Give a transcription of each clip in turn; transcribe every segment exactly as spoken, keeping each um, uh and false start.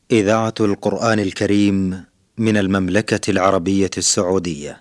إذاعة القرآن الكريم من المملكة العربية السعودية.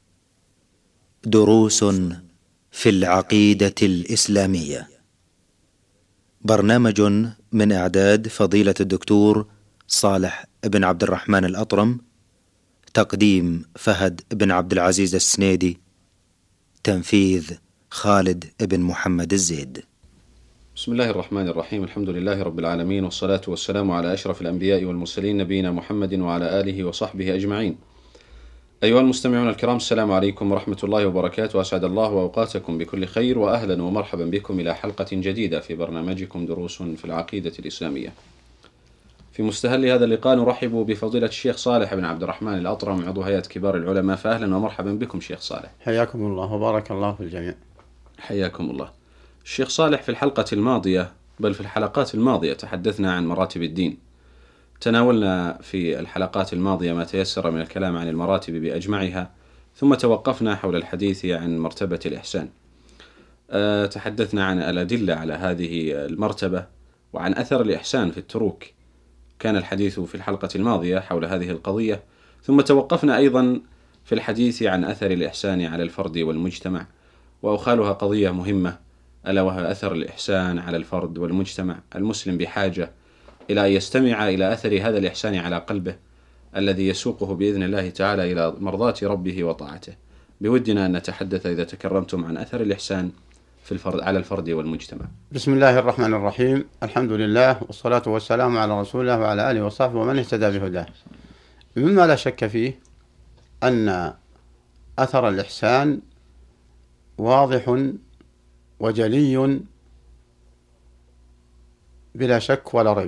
دروس في العقيدة الإسلامية. برنامج من إعداد فضيلة الدكتور صالح بن عبد الرحمن الأطرم. تقديم فهد بن عبد العزيز السنيدي. تنفيذ خالد بن محمد الزيد. بسم الله الرحمن الرحيم. الحمد لله رب العالمين، والصلاة والسلام على أشرف الأنبياء والمرسلين نبينا محمد وعلى آله وصحبه أجمعين. أيها المستمعون الكرام، السلام عليكم ورحمة الله وبركاته، وأسعد الله أوقاتكم بكل خير، وأهلا ومرحبا بكم إلى حلقة جديدة في برنامجكم دروس في العقيدة الإسلامية. في مستهل هذا اللقاء نرحب بفضيلة الشيخ صالح بن عبد الرحمن الأطرم، عضو هيئة كبار العلماء، فأهلا ومرحبا بكم شيخ صالح. حياكم الله وبارك الله في الجميع. حياكم الله. الشيخ صالح، في الحلقة الماضية بل في الحلقات الماضية تحدثنا عن مراتب الدين. تناولنا في الحلقات الماضية ما تيسر من الكلام عن المراتب بأجمعها، ثم توقفنا حول الحديث عن مرتبة الإحسان. أه تحدثنا عن الأدلة على هذه المرتبة وعن أثر الإحسان في التروك. كان الحديث في الحلقة الماضية حول هذه القضية، ثم توقفنا أيضا في الحديث عن أثر الإحسان على الفرد والمجتمع، وأخالها قضية مهمة، ألا وهي أثر الإحسان على الفرد والمجتمع. المسلم بحاجة إلى أن يستمع إلى أثر هذا الإحسان على قلبه الذي يسوقه بإذن الله تعالى إلى مرضاة ربه وطاعته. بودنا أن نتحدث إذا تكرمتم عن أثر الإحسان في الفرد على الفرد والمجتمع. بسم الله الرحمن الرحيم. الحمد لله والصلاة والسلام على رسول الله وعلى آله وصحبه ومن اهتدى بهداه. مما لا شك فيه أن أثر الإحسان واضح وجلي بلا شك ولا ريب،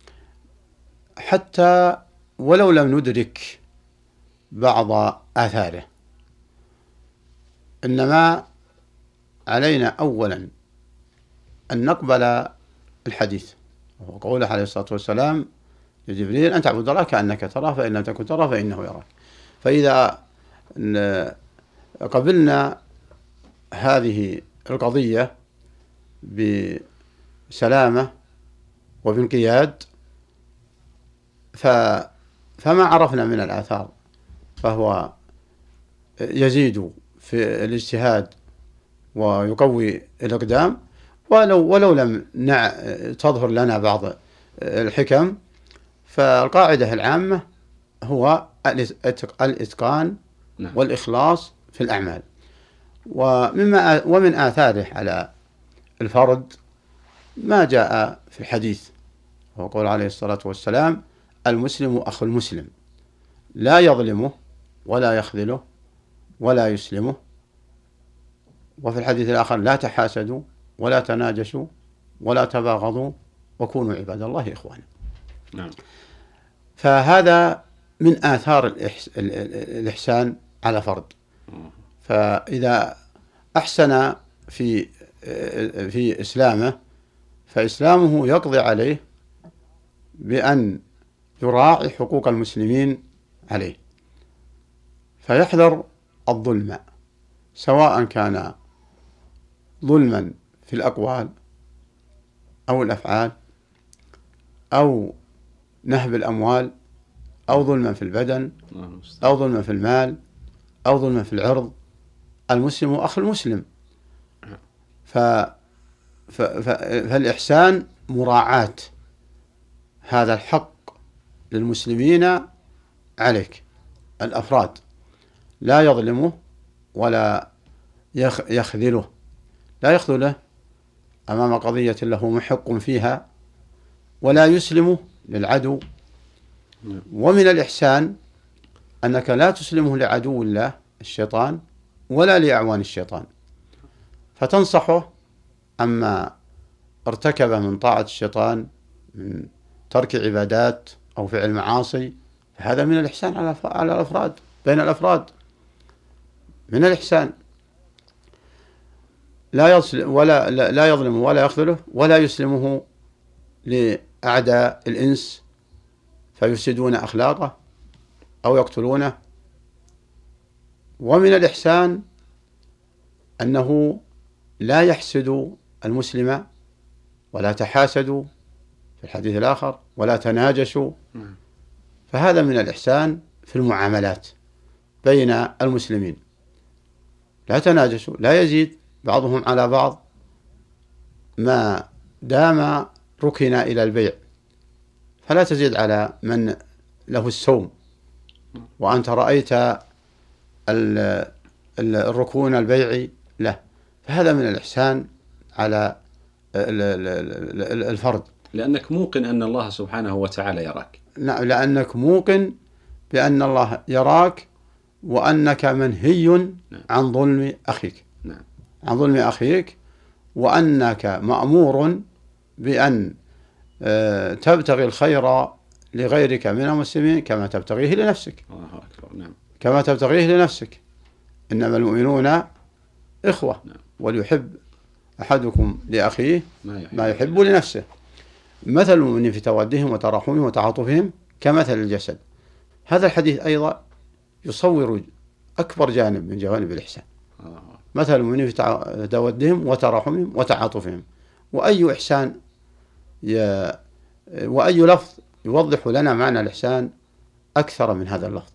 حتى ولو لم ندرك بعض آثاره. إنما علينا أولا أن نقبل الحديث، وهو قوله عليه الصلاة والسلام لجبريل: أن تعبد الله كأنك تراه فإن لم تكن تراه فإنه يراك. فإذا قبلنا هذه القضية بسلامة وبانقياد فما عرفنا من الآثار فهو يزيد في الاجتهاد ويقوي الإقدام، ولو, ولو لم نع... تظهر لنا بعض الحكم. فالقاعدة العامة هو الإتقان والإخلاص في الأعمال. ومما ومن آثاره على الفرد ما جاء في الحديث، هو قول عليه الصلاة والسلام: المسلم أخو المسلم، لا يظلمه ولا يخذله ولا يسلمه. وفي الحديث الآخر: لا تحاسدوا ولا تناجشوا ولا تباغضوا وكونوا عباد الله إخوانا. نعم. فهذا من آثار الإحس... الإحسان على فرد. فإذا أحسن في في إسلامه فإسلامه يقضي عليه بأن يراعي حقوق المسلمين عليه، فيحذر الظلم، سواء كان ظلما في الأقوال أو الأفعال أو نهب الأموال أو ظلما في البدن أو ظلما في المال أو ظلما في العرض. المسلم أخو المسلم. ف... ف... ف... فالإحسان مراعاة هذا الحق للمسلمين عليك الأفراد، لا يظلمه ولا يخ... يخذله، لا يخذله أمام قضية له محق فيها، ولا يسلمه للعدو. ومن الإحسان أنك لا تسلمه لعدو الله الشيطان ولا لأعوان الشيطان، فتنصحه عما ارتكب من طاعة الشيطان من ترك عبادات أو فعل معاصي. هذا من الإحسان على على الأفراد، بين الأفراد من الإحسان. لا يظلم ولا لا يظلم ولا يخذله ولا يسلمه لأعداء الإنس فيفسدون أخلاقه أو يقتلونه. ومن الإحسان أنه لا يحسد المسلم ولا تحاسدوا الحديث الآخر ولا تناجشوا. فهذا من الإحسان في المعاملات بين المسلمين. لا تناجشوا، لا يزيد بعضهم على بعض ما دام ركن إلى البيع، فلا تزيد على من له السوم وأنت رأيت الركون البيعي له. فهذا من الإحسان على الفرد، لأنك موقن أن الله سبحانه وتعالى يراك. نعم، لأنك موقن بأن الله يراك وأنك منهي نعم. عن ظلم أخيك نعم. عن ظلم أخيك، وأنك مأمور بأن تبتغي الخير لغيرك من المسلمين كما تبتغيه لنفسك. الله أكبر. نعم. كما تبتغيه لنفسك. إنما المؤمنون إخوة. نعم. وليحب أحدكم لأخيه ما يحب, ما يحب لنفسه. مثل المؤمنين في تودهم وتراحمهم وتعاطفهم كمثل الجسد. هذا الحديث أيضا يصور أكبر جانب من جوانب الإحسان. آه. مثل المؤمنين في تودهم وتراحمهم وتعاطفهم. وأي إحسان ي... وأي لفظ يوضح لنا معنى الإحسان أكثر من هذا اللفظ.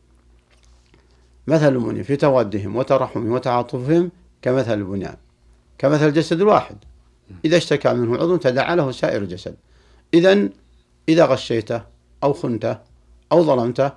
مثل المؤمنين في تودهم وتراحمهم وتعاطفهم كمثل البنيان، كمثل الجسد الواحد إذا اشتكى منه عضو تداعى له سائر الجسد. إذن إذا غشيته أو خنته أو ظلمته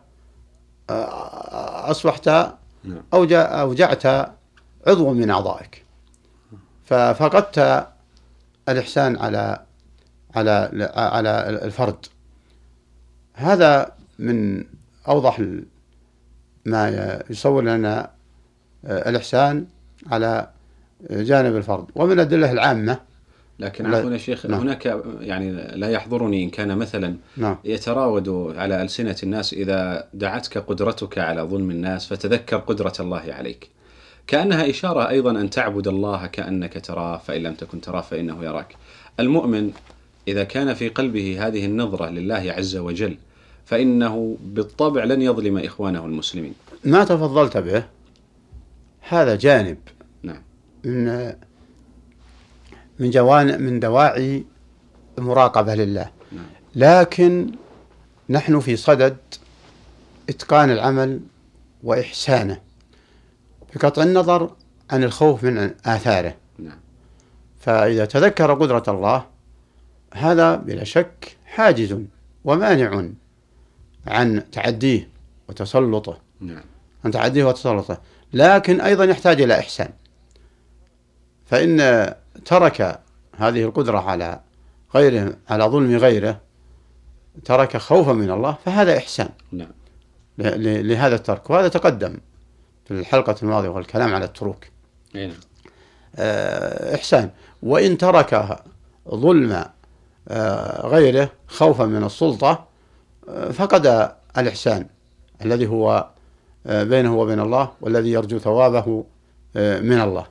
أصبحت أوجعت عضو من أعضائك، ففقدت الإحسان على على على الفرد. هذا من أوضح ما يصور لنا الإحسان على جانب الفرد. ومن الأدلة العامة، لكن عفوا يا شيخ، نعم. هناك يعني لا يحضرني إن كان مثلا نعم. يتراود على ألسنة الناس إذا دعتك قدرتك على ظلم الناس فتذكر قدرة الله عليك، كأنها إشارة أيضا أن تعبد الله كأنك تراه، فإن لم تكن تراه فإنه يراك. المؤمن إذا كان في قلبه هذه النظرة لله عز وجل فإنه بالطبع لن يظلم إخوانه المسلمين. ما تفضلت به هذا جانب نعم. من من جوانب من دواعي المراقبة لله. نعم. لكن نحن في صدد إتقان العمل وإحسانه بقطع النظر عن الخوف من آثاره. نعم. فإذا تذكر قدرة الله هذا بلا شك حاجز ومانع عن تعديه وتسلطه. نعم. عن تعديه وتسلطه. لكن أيضا يحتاج إلى إحسان، فإن ترك هذه القدرة على غيره، على ظلم غيره، ترك خوفا من الله، فهذا إحسان. نعم. لهذا الترك. وهذا تقدم في الحلقة الماضية والكلام على التروك. نعم. إحسان. وإن ترك ظلم غيره خوفا من السلطة فقد الإحسان الذي هو بينه وبين الله والذي يرجو ثوابه من الله.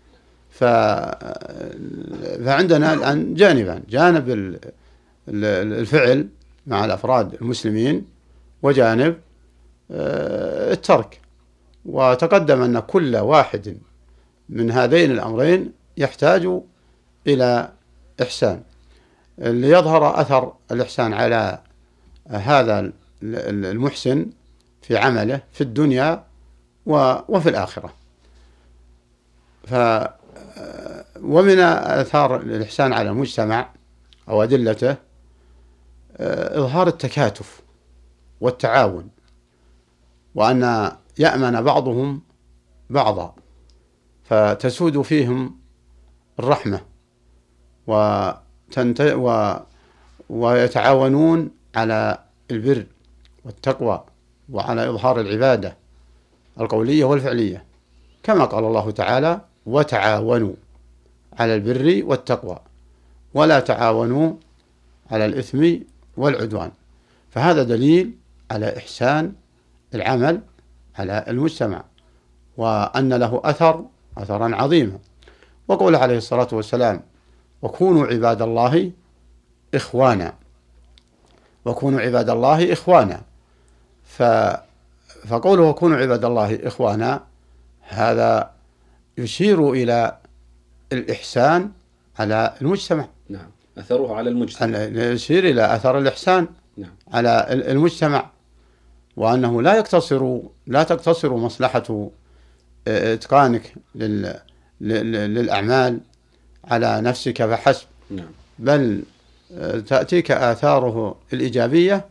فعندنا الآن جانبان: جانب الفعل مع الأفراد المسلمين، وجانب الترك. وتقدم أن كل واحد من هذين الأمرين يحتاج إلى إحسان ليظهر أثر الإحسان على هذا المحسن في عمله في الدنيا وفي الآخرة. ف ومن آثار الإحسان على المجتمع أو أدلته إظهار التكاتف والتعاون، وأن يأمن بعضهم بعضا فتسود فيهم الرحمة وتنت... و... ويتعاونون على البر والتقوى وعلى إظهار العبادة القولية والفعلية، كما قال الله تعالى: وتعاونوا على البر والتقوى ولا تعاونوا على الإثم والعدوان. فهذا دليل على إحسان العمل على المجتمع، وأن له أثر أثرا عظيما. وقول عليه الصلاة والسلام: وكونوا عباد الله إخوانا، وكونوا عباد الله إخوانا. ف... فقوله وكونوا عباد الله إخوانا هذا يشير إلى الإحسان على المجتمع. نعم. أثره على المجتمع، يشير إلى أثر الإحسان نعم. على المجتمع، وأنه لا يقتصر لا تقتصر مصلحة إتقانك للأعمال على نفسك فحسب، نعم. بل تأتيك آثاره الإيجابية،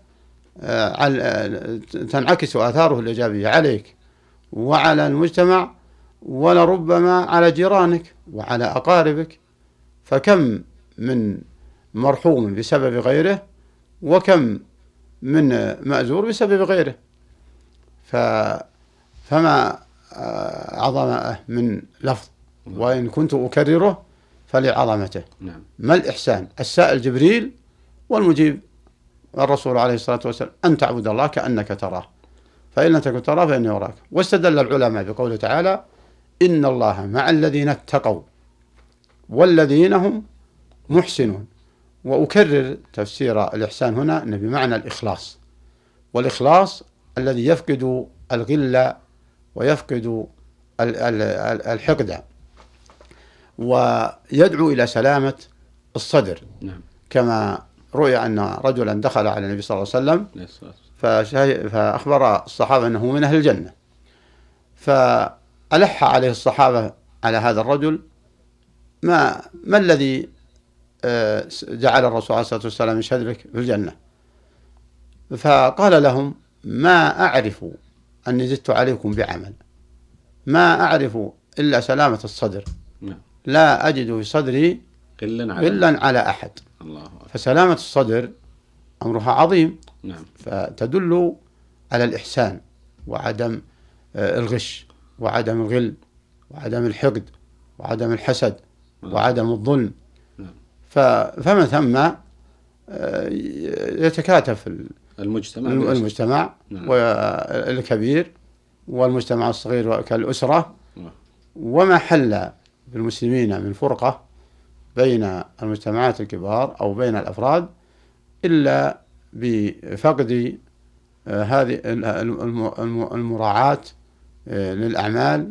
تنعكس آثاره الإيجابية عليك وعلى المجتمع، ولربما على جيرانك وعلى أقاربك. فكم من مرحوم بسبب غيره، وكم من مأزور بسبب غيره. فما عظم من لفظ، وإن كنت أكرره فلعظمته. نعم. ما الإحسان؟ السائل جبريل والمجيب الرسول عليه الصلاة والسلام، أن تعبد الله كأنك تراه، فإن لم تكن تراه فإنه يراك. واستدل العلماء بقوله تعالى: إن الله مع الذين اتقوا والذين هم محسنون. وأكرر تفسير الإحسان هنا أنه بمعنى الإخلاص، والإخلاص الذي يفقد الغل ويفقد الحقد، ويدعو إلى سلامة الصدر. نعم. كما رؤي أن رجلا دخل على النبي صلى الله عليه وسلم فأخبر الصحابة أنه من أهل الجنة، فألح عليه الصحابة على هذا الرجل: ما ما الذي جعل الرسول عليه الصلاة والسلام يشهد لك في الجنة؟ فقال لهم: ما أعرف أني زدت عليكم بعمل، ما أعرف إلا سلامة الصدر، لا أجد في صدري غلا على أحد. الله. فسلامة الصدر أمرها عظيم. نعم. فتدل على الإحسان وعدم الغش وعدم الغل وعدم الحقد وعدم الحسد وعدم الظلم. نعم. فمن ثم يتكاتف المجتمع المجتمع نعم. والكبير والمجتمع الصغير كالأسرة. نعم. وما حل بالمسلمين من فرقة بين المجتمعات الكبار أو بين الأفراد إلا بفقد هذه المراعاة للأعمال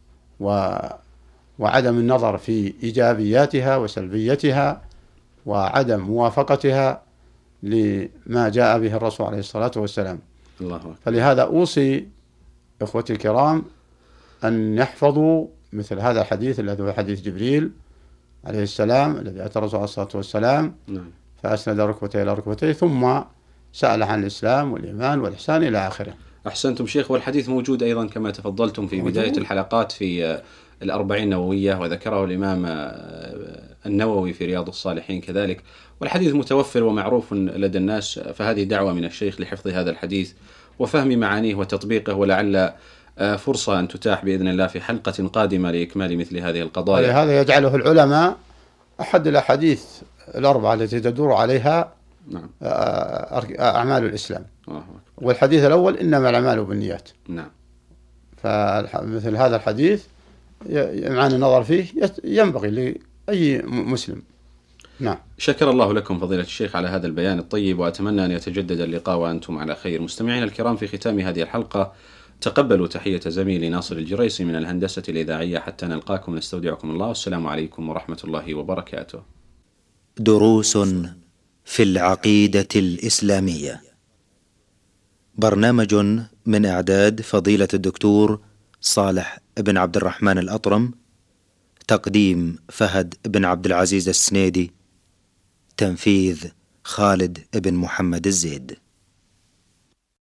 وعدم النظر في إيجابياتها وسلبياتها وعدم موافقتها لما جاء به الرسول عليه الصلاة والسلام. الله أكبر. فلهذا أوصي إخوتي الكرام أن يحفظوا مثل هذا الحديث الذي هو حديث جبريل عليه السلام الذي أتى الرسول عليه الصلاة والسلام نعم. فأسند ركبتيه إلى ركبتيه ثم سأل عن الإسلام والإيمان والإحسان إلى آخره. أحسنتم شيخ. والحديث موجود أيضا كما تفضلتم في بداية الحلقات في الأربعين النووية، وذكره الإمام النووي في رياض الصالحين كذلك، والحديث متوفر ومعروف لدى الناس. فهذه دعوة من الشيخ لحفظ هذا الحديث وفهم معانيه وتطبيقه، ولعل فرصة أن تتاح بإذن الله في حلقة قادمة لإكمال مثل هذه القضايا. هذا يجعله العلماء أحد الأحاديث الأربعة التي تدور عليها نعم. أعمال الإسلام. أوه. والحديث الأول إنما الأعمال بالنيات. نعم. فمثل هذا الحديث يمعن النظر فيه ينبغي لأي مسلم. نعم. شكر الله لكم فضيلة الشيخ على هذا البيان الطيب، وأتمنى أن يتجدد اللقاء وأنتم على خير. مستمعين الكرام، في ختام هذه الحلقة تقبلوا تحية زميلي ناصر الجريسي من الهندسة الإذاعية. حتى نلقاكم نستودعكم الله، والسلام عليكم ورحمة الله وبركاته. دروس في العقيدة الإسلامية، برنامج من إعداد فضيلة الدكتور صالح بن عبد الرحمن الأطرم، تقديم فهد بن عبد العزيز السنيدي، تنفيذ خالد بن محمد الزيد.